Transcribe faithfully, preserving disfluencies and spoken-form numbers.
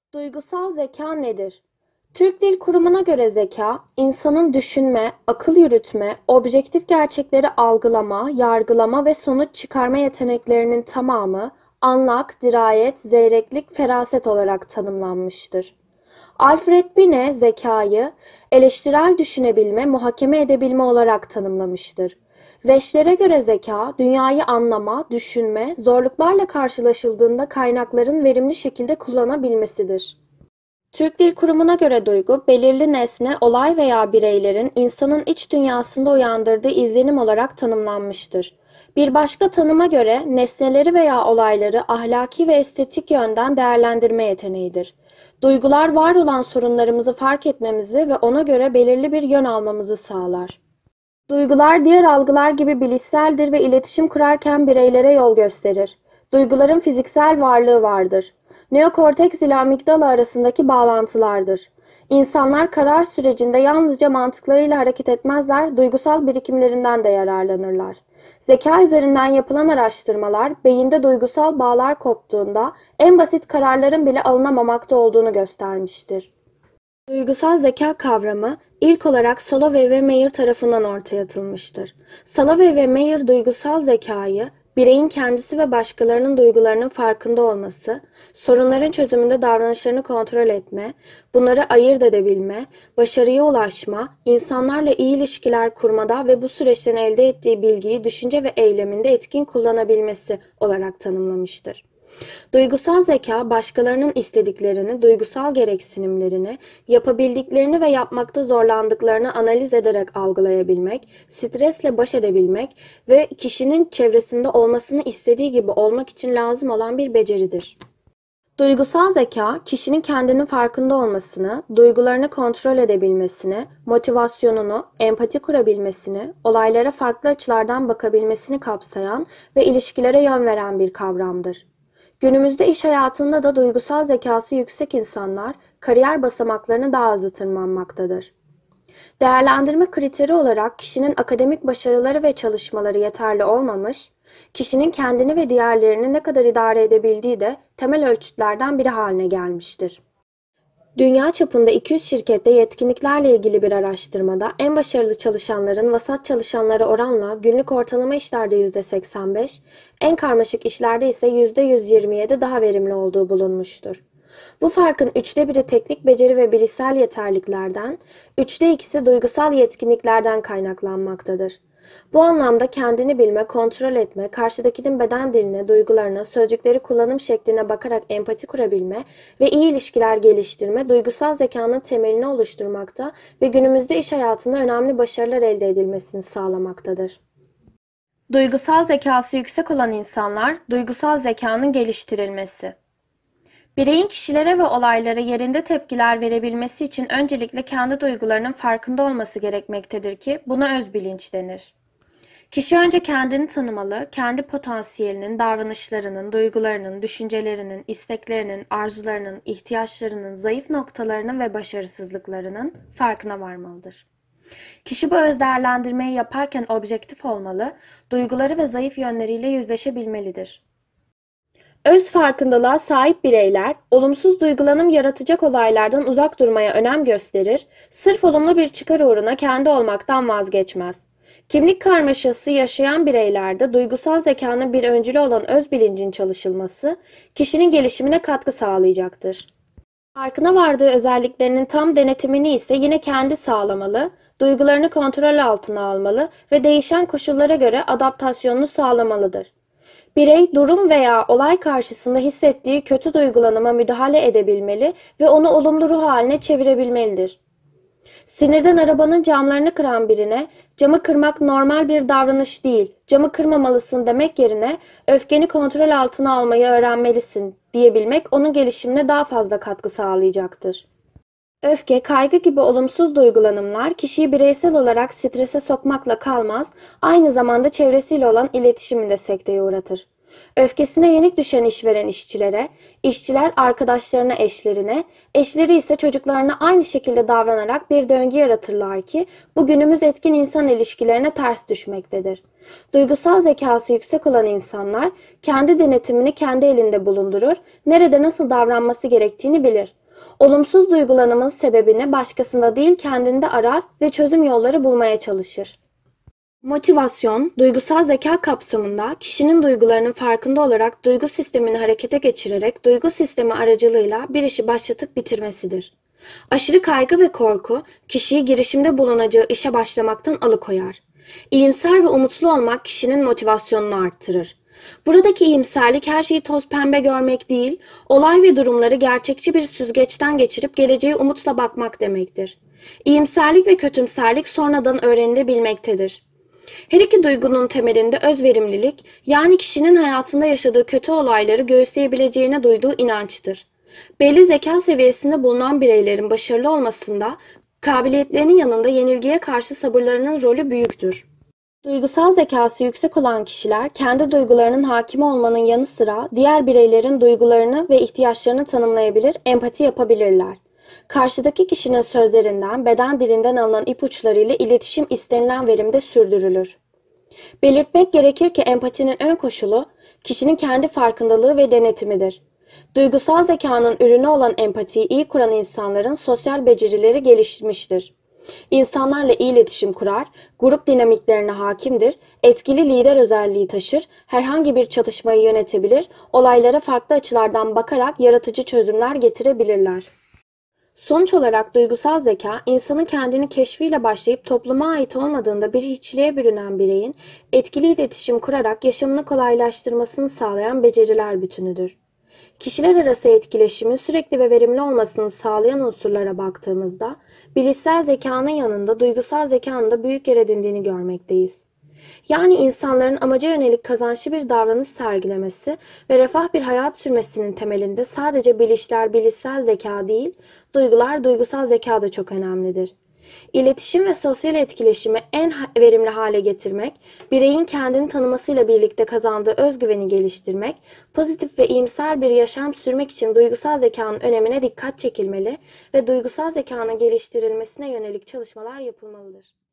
Duygusal zeka nedir? Türk Dil Kurumu'na göre zeka, insanın düşünme, akıl yürütme, objektif gerçekleri algılama, yargılama ve sonuç çıkarma yeteneklerinin tamamı, anlak, dirayet, zeyreklik, feraset olarak tanımlanmıştır. Alfred Binet zekayı eleştirel düşünebilme, muhakeme edebilme olarak tanımlamıştır. Veşlere göre zeka, dünyayı anlama, düşünme, zorluklarla karşılaşıldığında kaynakların verimli şekilde kullanabilmesidir. Türk Dil Kurumu'na göre duygu, belirli nesne, olay veya bireylerin insanın iç dünyasında uyandırdığı izlenim olarak tanımlanmıştır. Bir başka tanıma göre nesneleri veya olayları ahlaki ve estetik yönden değerlendirme yeteneğidir. Duygular var olan sorunlarımızı fark etmemizi ve ona göre belirli bir yön almamızı sağlar. Duygular diğer algılar gibi bilişseldir ve iletişim kurarken bireylere yol gösterir. Duyguların fiziksel varlığı vardır. Neokorteks ile amigdala arasındaki bağlantılardır. İnsanlar karar sürecinde yalnızca mantıklarıyla hareket etmezler, duygusal birikimlerinden de yararlanırlar. Zeka üzerinden yapılan araştırmalar, beyinde duygusal bağlar koptuğunda en basit kararların bile alınamamakta olduğunu göstermiştir. Duygusal zeka kavramı ilk olarak Salovey ve Meyer tarafından ortaya atılmıştır. Salovey ve Meyer duygusal zekayı, bireyin kendisi ve başkalarının duygularının farkında olması, sorunların çözümünde davranışlarını kontrol etme, bunları ayırt edebilme, başarıya ulaşma, insanlarla iyi ilişkiler kurmada ve bu süreçten elde ettiği bilgiyi düşünce ve eyleminde etkin kullanabilmesi olarak tanımlamıştır. Duygusal zeka, başkalarının istediklerini, duygusal gereksinimlerini, yapabildiklerini ve yapmakta zorlandıklarını analiz ederek algılayabilmek, stresle baş edebilmek ve kişinin çevresinde olmasını istediği gibi olmak için lazım olan bir beceridir. Duygusal zeka, kişinin kendinin farkında olmasını, duygularını kontrol edebilmesini, motivasyonunu, empati kurabilmesini, olaylara farklı açılardan bakabilmesini kapsayan ve ilişkilere yön veren bir kavramdır. Günümüzde iş hayatında da duygusal zekası yüksek insanlar kariyer basamaklarını daha hızlı tırmanmaktadır. Değerlendirme kriteri olarak kişinin akademik başarıları ve çalışmaları yeterli olmamış, kişinin kendini ve diğerlerini ne kadar idare edebildiği de temel ölçütlerden biri haline gelmiştir. Dünya çapında iki yüz şirkette yetkinliklerle ilgili bir araştırmada en başarılı çalışanların vasat çalışanlara oranla günlük ortalama işlerde yüzde seksen beş, en karmaşık işlerde ise yüzde yüz yirmi yedi daha verimli olduğu bulunmuştur. Bu farkın üçte biri teknik beceri ve bilişsel yeterliliklerden, üçte ikisi duygusal yetkinliklerden kaynaklanmaktadır. Bu anlamda kendini bilme, kontrol etme, karşıdakinin beden diline, duygularına, sözcükleri kullanım şekline bakarak empati kurabilme ve iyi ilişkiler geliştirme, duygusal zekanın temelini oluşturmakta ve günümüzde iş hayatında önemli başarılar elde edilmesini sağlamaktadır. Duygusal zekası yüksek olan insanlar, duygusal zekanın geliştirilmesi. Bireyin kişilere ve olaylara yerinde tepkiler verebilmesi için öncelikle kendi duygularının farkında olması gerekmektedir ki buna öz bilinç denir. Kişi önce kendini tanımalı, kendi potansiyelinin, davranışlarının, duygularının, düşüncelerinin, isteklerinin, arzularının, ihtiyaçlarının, zayıf noktalarının ve başarısızlıklarının farkına varmalıdır. Kişi bu öz değerlendirmeyi yaparken objektif olmalı, duyguları ve zayıf yönleriyle yüzleşebilmelidir. Öz farkındalığa sahip bireyler, olumsuz duygulanım yaratacak olaylardan uzak durmaya önem gösterir, sırf olumlu bir çıkar uğruna kendi olmaktan vazgeçmez. Kimlik karmaşası yaşayan bireylerde duygusal zekanın bir öncülü olan öz bilincin çalışılması, kişinin gelişimine katkı sağlayacaktır. Farkına vardığı özelliklerinin tam denetimini ise yine kendi sağlamalı, duygularını kontrol altına almalı ve değişen koşullara göre adaptasyonunu sağlamalıdır. Birey, durum veya olay karşısında hissettiği kötü duygulanıma müdahale edebilmeli ve onu olumlu ruh haline çevirebilmelidir. Sinirden arabanın camlarını kıran birine camı kırmak normal bir davranış değil, camı kırmamalısın demek yerine öfkeni kontrol altına almayı öğrenmelisin diyebilmek onun gelişimine daha fazla katkı sağlayacaktır. Öfke, kaygı gibi olumsuz duygulanımlar kişiyi bireysel olarak strese sokmakla kalmaz, aynı zamanda çevresiyle olan iletişimini de sekteye uğratır. Öfkesine yenik düşen işveren işçilere, işçiler arkadaşlarına, eşlerine, eşleri ise çocuklarına aynı şekilde davranarak bir döngü yaratırlar ki bu günümüz etkin insan ilişkilerine ters düşmektedir. Duygusal zekası yüksek olan insanlar kendi denetimini kendi elinde bulundurur, nerede nasıl davranması gerektiğini bilir. Olumsuz duygulanımın sebebini başkasında değil kendinde arar ve çözüm yolları bulmaya çalışır. Motivasyon, duygusal zeka kapsamında kişinin duygularının farkında olarak duygu sistemini harekete geçirerek duygu sistemi aracılığıyla bir işi başlatıp bitirmesidir. Aşırı kaygı ve korku kişiyi girişimde bulunacağı işe başlamaktan alıkoyar. İyimser ve umutlu olmak kişinin motivasyonunu arttırır. Buradaki iyimserlik her şeyi toz pembe görmek değil, olay ve durumları gerçekçi bir süzgeçten geçirip geleceğe umutla bakmak demektir. İyimserlik ve kötümserlik sonradan öğrenilebilmektedir. Her iki duygunun temelinde özverimlilik, yani kişinin hayatında yaşadığı kötü olayları göğüsleyebileceğine duyduğu inançtır. Belli zeka seviyesinde bulunan bireylerin başarılı olmasında, kabiliyetlerinin yanında yenilgiye karşı sabırlarının rolü büyüktür. Duygusal zekası yüksek olan kişiler, kendi duygularının hakim olmanın yanı sıra diğer bireylerin duygularını ve ihtiyaçlarını tanımlayabilir, empati yapabilirler. Karşıdaki kişinin sözlerinden, beden dilinden alınan ipuçları ile iletişim istenilen verimde sürdürülür. Belirtmek gerekir ki empatinin ön koşulu, kişinin kendi farkındalığı ve denetimidir. Duygusal zekanın ürünü olan empatiyi iyi kuran insanların sosyal becerileri gelişmiştir. İnsanlarla iyi iletişim kurar, grup dinamiklerine hakimdir, etkili lider özelliği taşır, herhangi bir çatışmayı yönetebilir, olaylara farklı açılardan bakarak yaratıcı çözümler getirebilirler. Sonuç olarak duygusal zeka, insanın kendini keşfiyle başlayıp topluma ait olmadığında bir hiçliğe bürünen bireyin etkili iletişim kurarak yaşamını kolaylaştırmasını sağlayan beceriler bütünüdür. Kişiler arası etkileşimin sürekli ve verimli olmasını sağlayan unsurlara baktığımızda, bilişsel zekanın yanında duygusal zekanın da büyük yer edindiğini görmekteyiz. Yani insanların amaca yönelik kazançlı bir davranış sergilemesi ve refah bir hayat sürmesinin temelinde sadece bilişler bilişsel zeka değil, duygular duygusal zeka da çok önemlidir. İletişim ve sosyal etkileşimi en verimli hale getirmek, bireyin kendini tanımasıyla birlikte kazandığı özgüveni geliştirmek, pozitif ve iyimser bir yaşam sürmek için duygusal zekanın önemine dikkat çekilmeli ve duygusal zekanın geliştirilmesine yönelik çalışmalar yapılmalıdır.